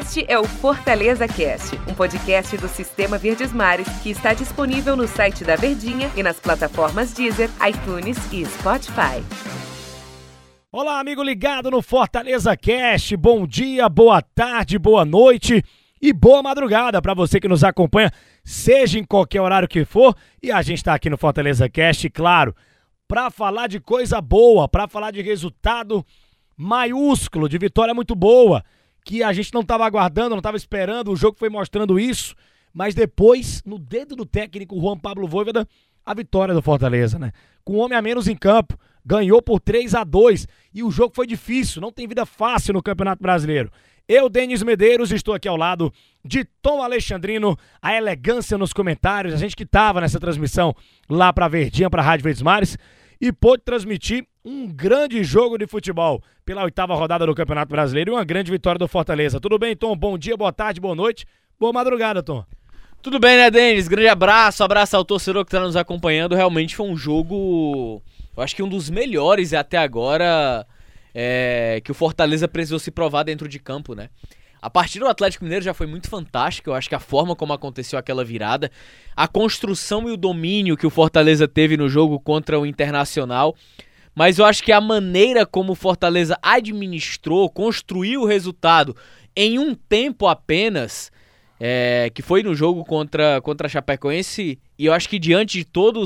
Este é o Fortaleza Cast, um podcast do Sistema Verdes Mares que está disponível no site da Verdinha e nas plataformas Deezer, iTunes e Spotify. Olá, amigo ligado no Fortaleza Cast. Bom dia, boa tarde, boa noite e boa madrugada para você que nos acompanha, seja em qualquer horário que for. E a gente está aqui no Fortaleza Cast, claro, para falar de coisa boa, para falar de resultado maiúsculo, de vitória muito boa, que a gente não estava aguardando, não estava esperando, o jogo foi mostrando isso, mas depois, no dedo do técnico Juan Pablo Vojvoda, a vitória do Fortaleza, né? Com um homem a menos em campo, ganhou por 3-2 e o jogo foi difícil, não tem vida fácil no Campeonato Brasileiro. Eu, Denis Medeiros, estou aqui ao lado de Tom Alexandrino, a elegância nos comentários, a gente que estava nessa transmissão lá para a Verdinha, para a Rádio Verdes Mares, e pôde transmitir um grande jogo de futebol pela 8ª rodada do Campeonato Brasileiro e uma grande vitória do Fortaleza. Tudo bem, Tom? Bom dia, boa tarde, boa noite, boa madrugada, Tom. Tudo bem, né, Denis? Grande abraço ao torcedor que está nos acompanhando. Realmente foi um jogo, eu acho que um dos melhores até agora que o Fortaleza precisou se provar dentro de campo, né? A partida do Atlético Mineiro já foi muito fantástica, eu acho que a forma como aconteceu aquela virada, a construção e o domínio que o Fortaleza teve no jogo contra o Internacional, mas eu acho que a maneira como o Fortaleza administrou, construiu o resultado em um tempo apenas, que foi no jogo contra a Chapecoense, e eu acho que diante de todo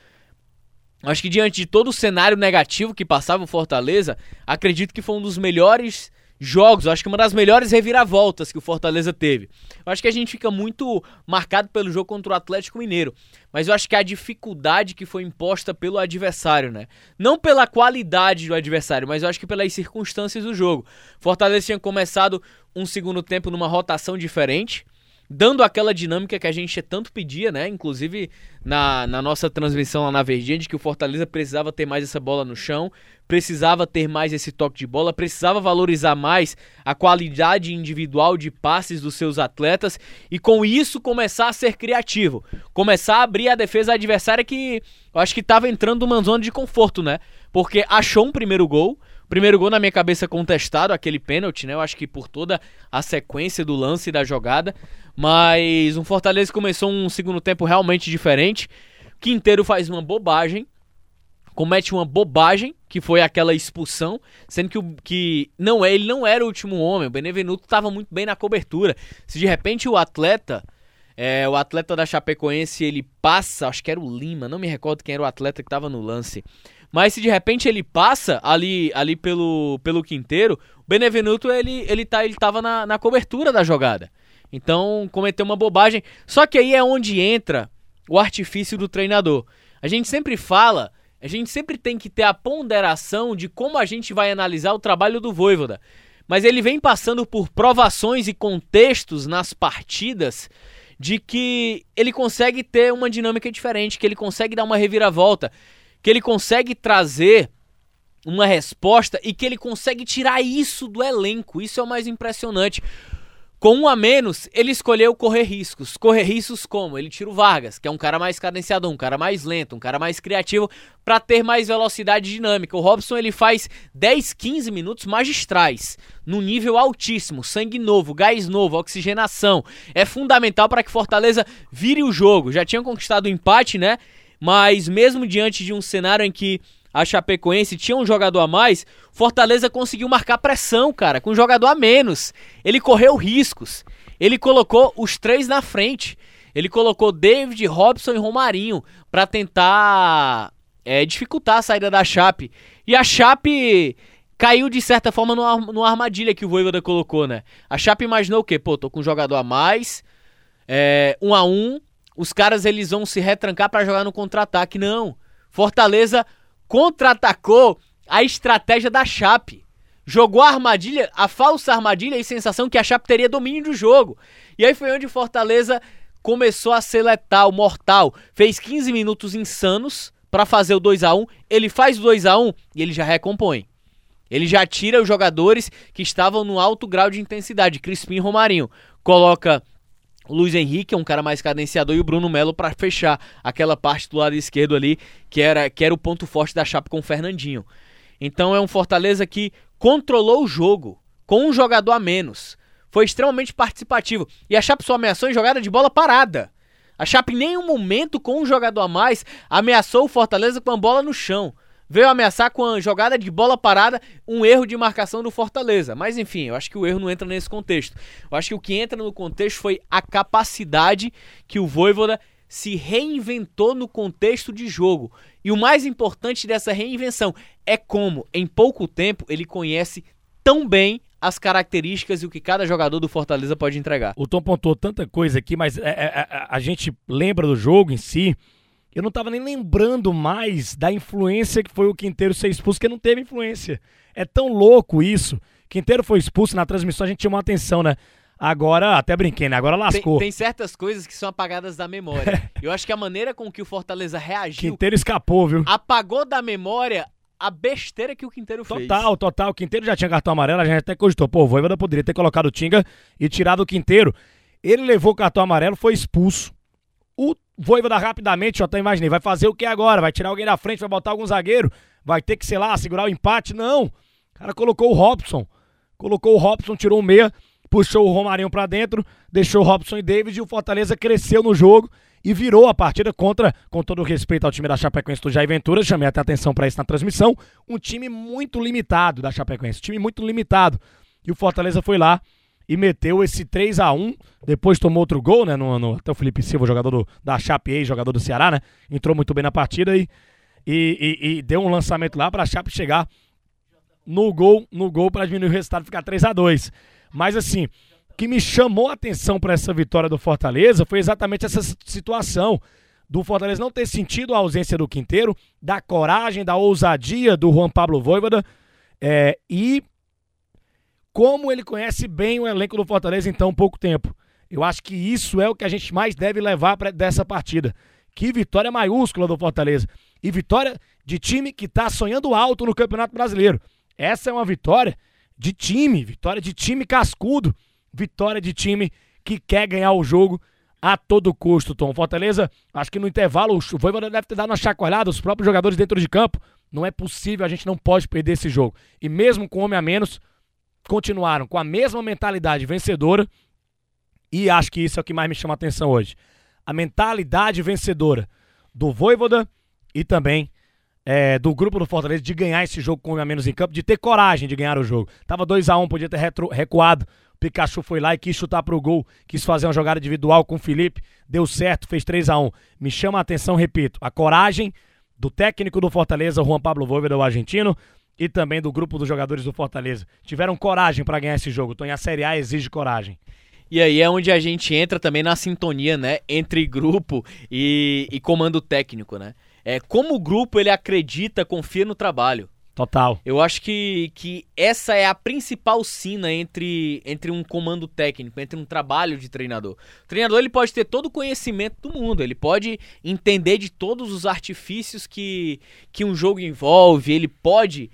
o cenário negativo que passava o Fortaleza, acredito que foi um dos melhores jogos, eu acho que uma das melhores reviravoltas que o Fortaleza teve. Eu acho que a gente fica muito marcado pelo jogo contra o Atlético Mineiro, mas eu acho que a dificuldade que foi imposta pelo adversário, né? Não pela qualidade do adversário, mas eu acho que pelas circunstâncias do jogo. Fortaleza tinha começado um segundo tempo numa rotação diferente, dando aquela dinâmica que a gente tanto pedia, né? Inclusive na nossa transmissão lá na Verdinha, de que o Fortaleza precisava ter mais essa bola no chão, precisava ter mais esse toque de bola, precisava valorizar mais a qualidade individual de passes dos seus atletas e com isso começar a ser criativo, começar a abrir a defesa adversária que eu acho que estava entrando numa zona de conforto, né? Porque achou um primeiro gol na minha cabeça contestado, aquele pênalti, né? Eu acho que por toda a sequência do lance e da jogada, mas um Fortaleza começou um segundo tempo realmente diferente. Quinteiro faz uma bobagem, comete uma bobagem, que foi aquela expulsão, sendo que ele não era o último homem, o Benevenuto estava muito bem na cobertura. Se de repente o atleta da Chapecoense, ele passa, acho que era o Lima, não me recordo quem era o atleta que estava no lance, mas se de repente ele passa ali pelo Quinteiro, o Benevenuto ele tava na cobertura da jogada. Então cometeu uma bobagem. Só que aí é onde entra o artifício do treinador. A gente sempre tem que ter a ponderação de como a gente vai analisar o trabalho do Vojvoda. Mas ele vem passando por provações e contextos nas partidas de que ele consegue ter uma dinâmica diferente, que ele consegue dar uma reviravolta, que ele consegue trazer uma resposta e que ele consegue tirar isso do elenco. Isso é o mais impressionante. Com um a menos, ele escolheu correr riscos. Correr riscos como? Ele tira o Vargas, que é um cara mais cadenciado, um cara mais lento, um cara mais criativo, para ter mais velocidade dinâmica. O Robson ele faz 10, 15 minutos magistrais, num nível altíssimo, sangue novo, gás novo, oxigenação. É fundamental para que Fortaleza vire o jogo. Já tinha conquistado o empate, né? Mas mesmo diante de um cenário em que a Chapecoense tinha um jogador a mais, Fortaleza conseguiu marcar pressão, cara, com um jogador a menos. Ele correu riscos. Ele colocou os três na frente. Ele colocou David, Robson e Romarinho para tentar dificultar a saída da Chape. E a Chape caiu de certa forma numa armadilha que o Vojvoda colocou, né? A Chape imaginou o quê? Pô, tô com um jogador a mais, 1-1, os caras eles vão se retrancar para jogar no contra-ataque. Não. Fortaleza contra-atacou a estratégia da Chape. Jogou a armadilha, a falsa armadilha e sensação que a Chape teria domínio do jogo. E aí foi onde o Fortaleza começou a ser letal, mortal. Fez 15 minutos insanos para fazer o 2-1. Ele faz o 2-1 e ele já recompõe. Ele já tira os jogadores que estavam no alto grau de intensidade. Crispim e Romarinho. Coloca o Luiz Henrique, um cara mais cadenciador, e o Bruno Melo para fechar aquela parte do lado esquerdo ali, que era o ponto forte da Chape com o Fernandinho. Então é um Fortaleza que controlou o jogo com um jogador a menos. foi extremamente participativo. E a Chape só ameaçou em jogada de bola parada. A Chape em nenhum momento, com um jogador a mais, ameaçou o Fortaleza com a bola no chão. Veio ameaçar com a jogada de bola parada, um erro de marcação do Fortaleza. Mas enfim, eu acho que o erro não entra nesse contexto. Eu acho que o que entra no contexto foi a capacidade que o Vojvoda se reinventou no contexto de jogo. E o mais importante dessa reinvenção é como, em pouco tempo, ele conhece tão bem as características e o que cada jogador do Fortaleza pode entregar. O Tom pontuou tanta coisa aqui, mas a gente lembra do jogo em si. Eu não tava nem lembrando mais da influência que foi o Quinteiro ser expulso, porque não teve influência. É tão louco isso. Quinteiro foi expulso, na transmissão a gente chamou a atenção, né? Agora, até brinquei, né? Agora lascou. Tem certas coisas que são apagadas da memória. Eu acho que a maneira com que o Fortaleza reagiu... Quinteiro escapou, viu? Apagou da memória a besteira que o Quinteiro fez. Total. O Quinteiro já tinha cartão amarelo, a gente até cogitou. Pô, o Vojvoda poderia ter colocado o Tinga e tirado o Quinteiro. Ele levou o cartão amarelo, foi expulso. O Vojvoda rapidamente, eu até imaginei, vai fazer o que agora? Vai tirar alguém da frente, vai botar algum zagueiro? Vai ter que, sei lá, segurar o empate? Não. O cara colocou o Robson. Tirou o meia, puxou o Romarinho pra dentro, deixou o Robson e David e o Fortaleza cresceu no jogo e virou a partida com todo o respeito ao time da Chapecoense do Jair Ventura, chamei até atenção pra isso na transmissão, um time muito limitado da Chapecoense, e o Fortaleza foi lá e meteu esse 3-1, depois tomou outro gol, né, até o Felipe Silva, jogador da Chape, jogador do Ceará, né, entrou muito bem na partida e deu um lançamento lá pra Chape chegar no gol pra diminuir o resultado, ficar 3-2. Mas assim, o que me chamou a atenção para essa vitória do Fortaleza foi exatamente essa situação do Fortaleza não ter sentido a ausência do Quinteiro, da coragem, da ousadia do Juan Pablo Vojvoda e como ele conhece bem o elenco do Fortaleza em tão pouco tempo. Eu acho que isso é o que a gente mais deve levar dessa partida. Que vitória maiúscula do Fortaleza. E vitória de time que está sonhando alto no Campeonato Brasileiro. Essa é uma vitória de time cascudo, vitória de time que quer ganhar o jogo a todo custo, Tom. Fortaleza, acho que no intervalo o Vojvoda deve ter dado uma chacoalhada, os próprios jogadores dentro de campo. Não é possível, a gente não pode perder esse jogo. E mesmo com um homem a menos, continuaram com a mesma mentalidade vencedora e acho que isso é o que mais me chama a atenção hoje. A mentalidade vencedora do Vojvoda e também do grupo do Fortaleza de ganhar esse jogo com um homem a menos em campo, de ter coragem de ganhar o jogo. Tava 2-1, podia ter recuado. O Pikachu foi lá e quis chutar pro gol, quis fazer uma jogada individual com o Felipe, deu certo, fez 3-1. Me chama a atenção, repito, a coragem do técnico do Fortaleza, Juan Pablo Vojvoda, o argentino, e também do grupo dos jogadores do Fortaleza. Tiveram coragem para ganhar esse jogo. Então, a Série A exige coragem. E aí é onde a gente entra também na sintonia, né, entre grupo e comando técnico, né? Como o grupo ele acredita, confia no trabalho. Total. Eu acho que essa é a principal sina entre um comando técnico, entre um trabalho de treinador. O treinador ele pode ter todo o conhecimento do mundo, ele pode entender de todos os artifícios que um jogo envolve, ele pode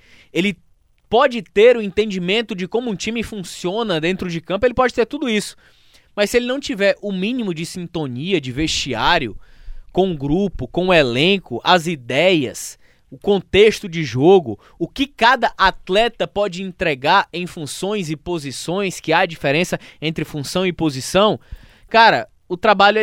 ter o entendimento de como um time funciona dentro de campo, ele pode ter tudo isso. Mas se ele não tiver o mínimo de sintonia, de vestiário, com o grupo, com o elenco, as ideias, o contexto de jogo, o que cada atleta pode entregar em funções e posições, que há diferença entre função e posição, cara, o trabalho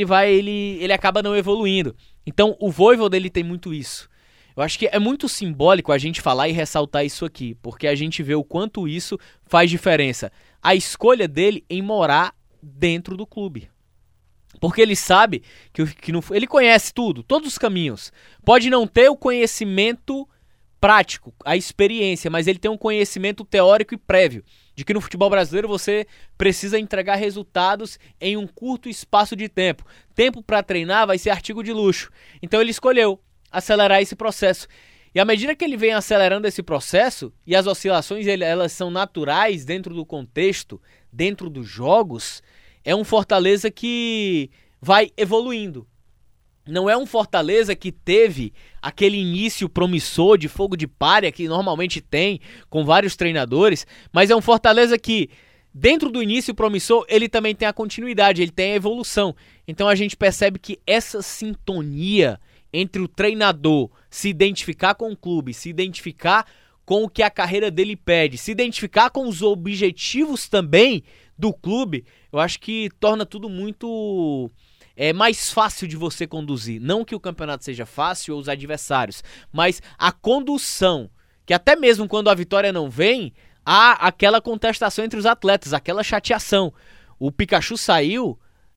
ele acaba não evoluindo. Então o Vojvoda ele tem muito isso. Eu acho que é muito simbólico a gente falar e ressaltar isso aqui, porque a gente vê o quanto isso faz diferença. A escolha dele em morar dentro do clube. Porque ele sabe ele conhece tudo, todos os caminhos. Pode não ter o conhecimento prático, a experiência, mas ele tem um conhecimento teórico e prévio de que no futebol brasileiro você precisa entregar resultados em um curto espaço de tempo. Tempo para treinar vai ser artigo de luxo. Então ele escolheu acelerar esse processo. E à medida que ele vem acelerando esse processo, e as oscilações elas são naturais dentro do contexto, dentro dos jogos, é um Fortaleza que vai evoluindo. Não é um Fortaleza que teve aquele início promissor de fogo de palha que normalmente tem com vários treinadores, mas é um Fortaleza que, dentro do início promissor, ele também tem a continuidade, ele tem a evolução. Então a gente percebe que essa sintonia entre o treinador se identificar com o clube, se identificar com o que a carreira dele pede, se identificar com os objetivos também do clube, eu acho que torna tudo muito mais fácil de você conduzir. Não que o campeonato seja fácil ou os adversários, mas a condução, que até mesmo quando a vitória não vem, há aquela contestação entre os atletas, aquela chateação. O Pikachu saiu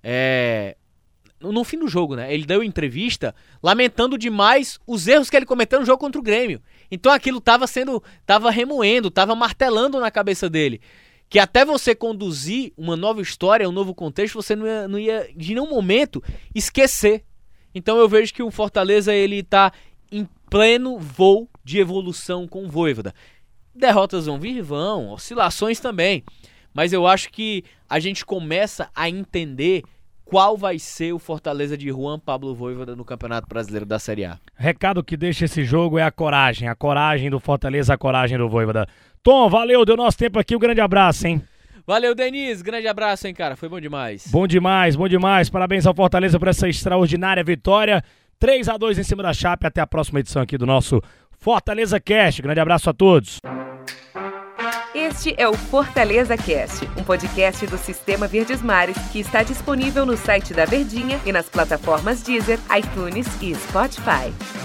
no fim do jogo, né? Ele deu entrevista lamentando demais os erros que ele cometeu no jogo contra o Grêmio. Então aquilo tava remoendo, tava martelando na cabeça dele. Que até você conduzir uma nova história, um novo contexto, você não ia de nenhum momento esquecer. Então eu vejo que o Fortaleza ele tá em pleno voo de evolução com o Vojvoda. Derrotas vão vir, vão, oscilações também. Mas eu acho que a gente começa a entender qual vai ser o Fortaleza de Juan Pablo Vojvoda no Campeonato Brasileiro da Série A. Recado que deixa esse jogo é a coragem do Fortaleza, a coragem do Vojvoda. Tom, valeu, deu nosso tempo aqui, um grande abraço, hein? Valeu, Denis, grande abraço, hein, cara, foi bom demais. Bom demais, parabéns ao Fortaleza por essa extraordinária vitória, 3-2 em cima da Chape, até a próxima edição aqui do nosso Fortaleza Cast, grande abraço a todos. Este é o Fortaleza Cast, um podcast do Sistema Verdes Mares que está disponível no site da Verdinha e nas plataformas Deezer, iTunes e Spotify.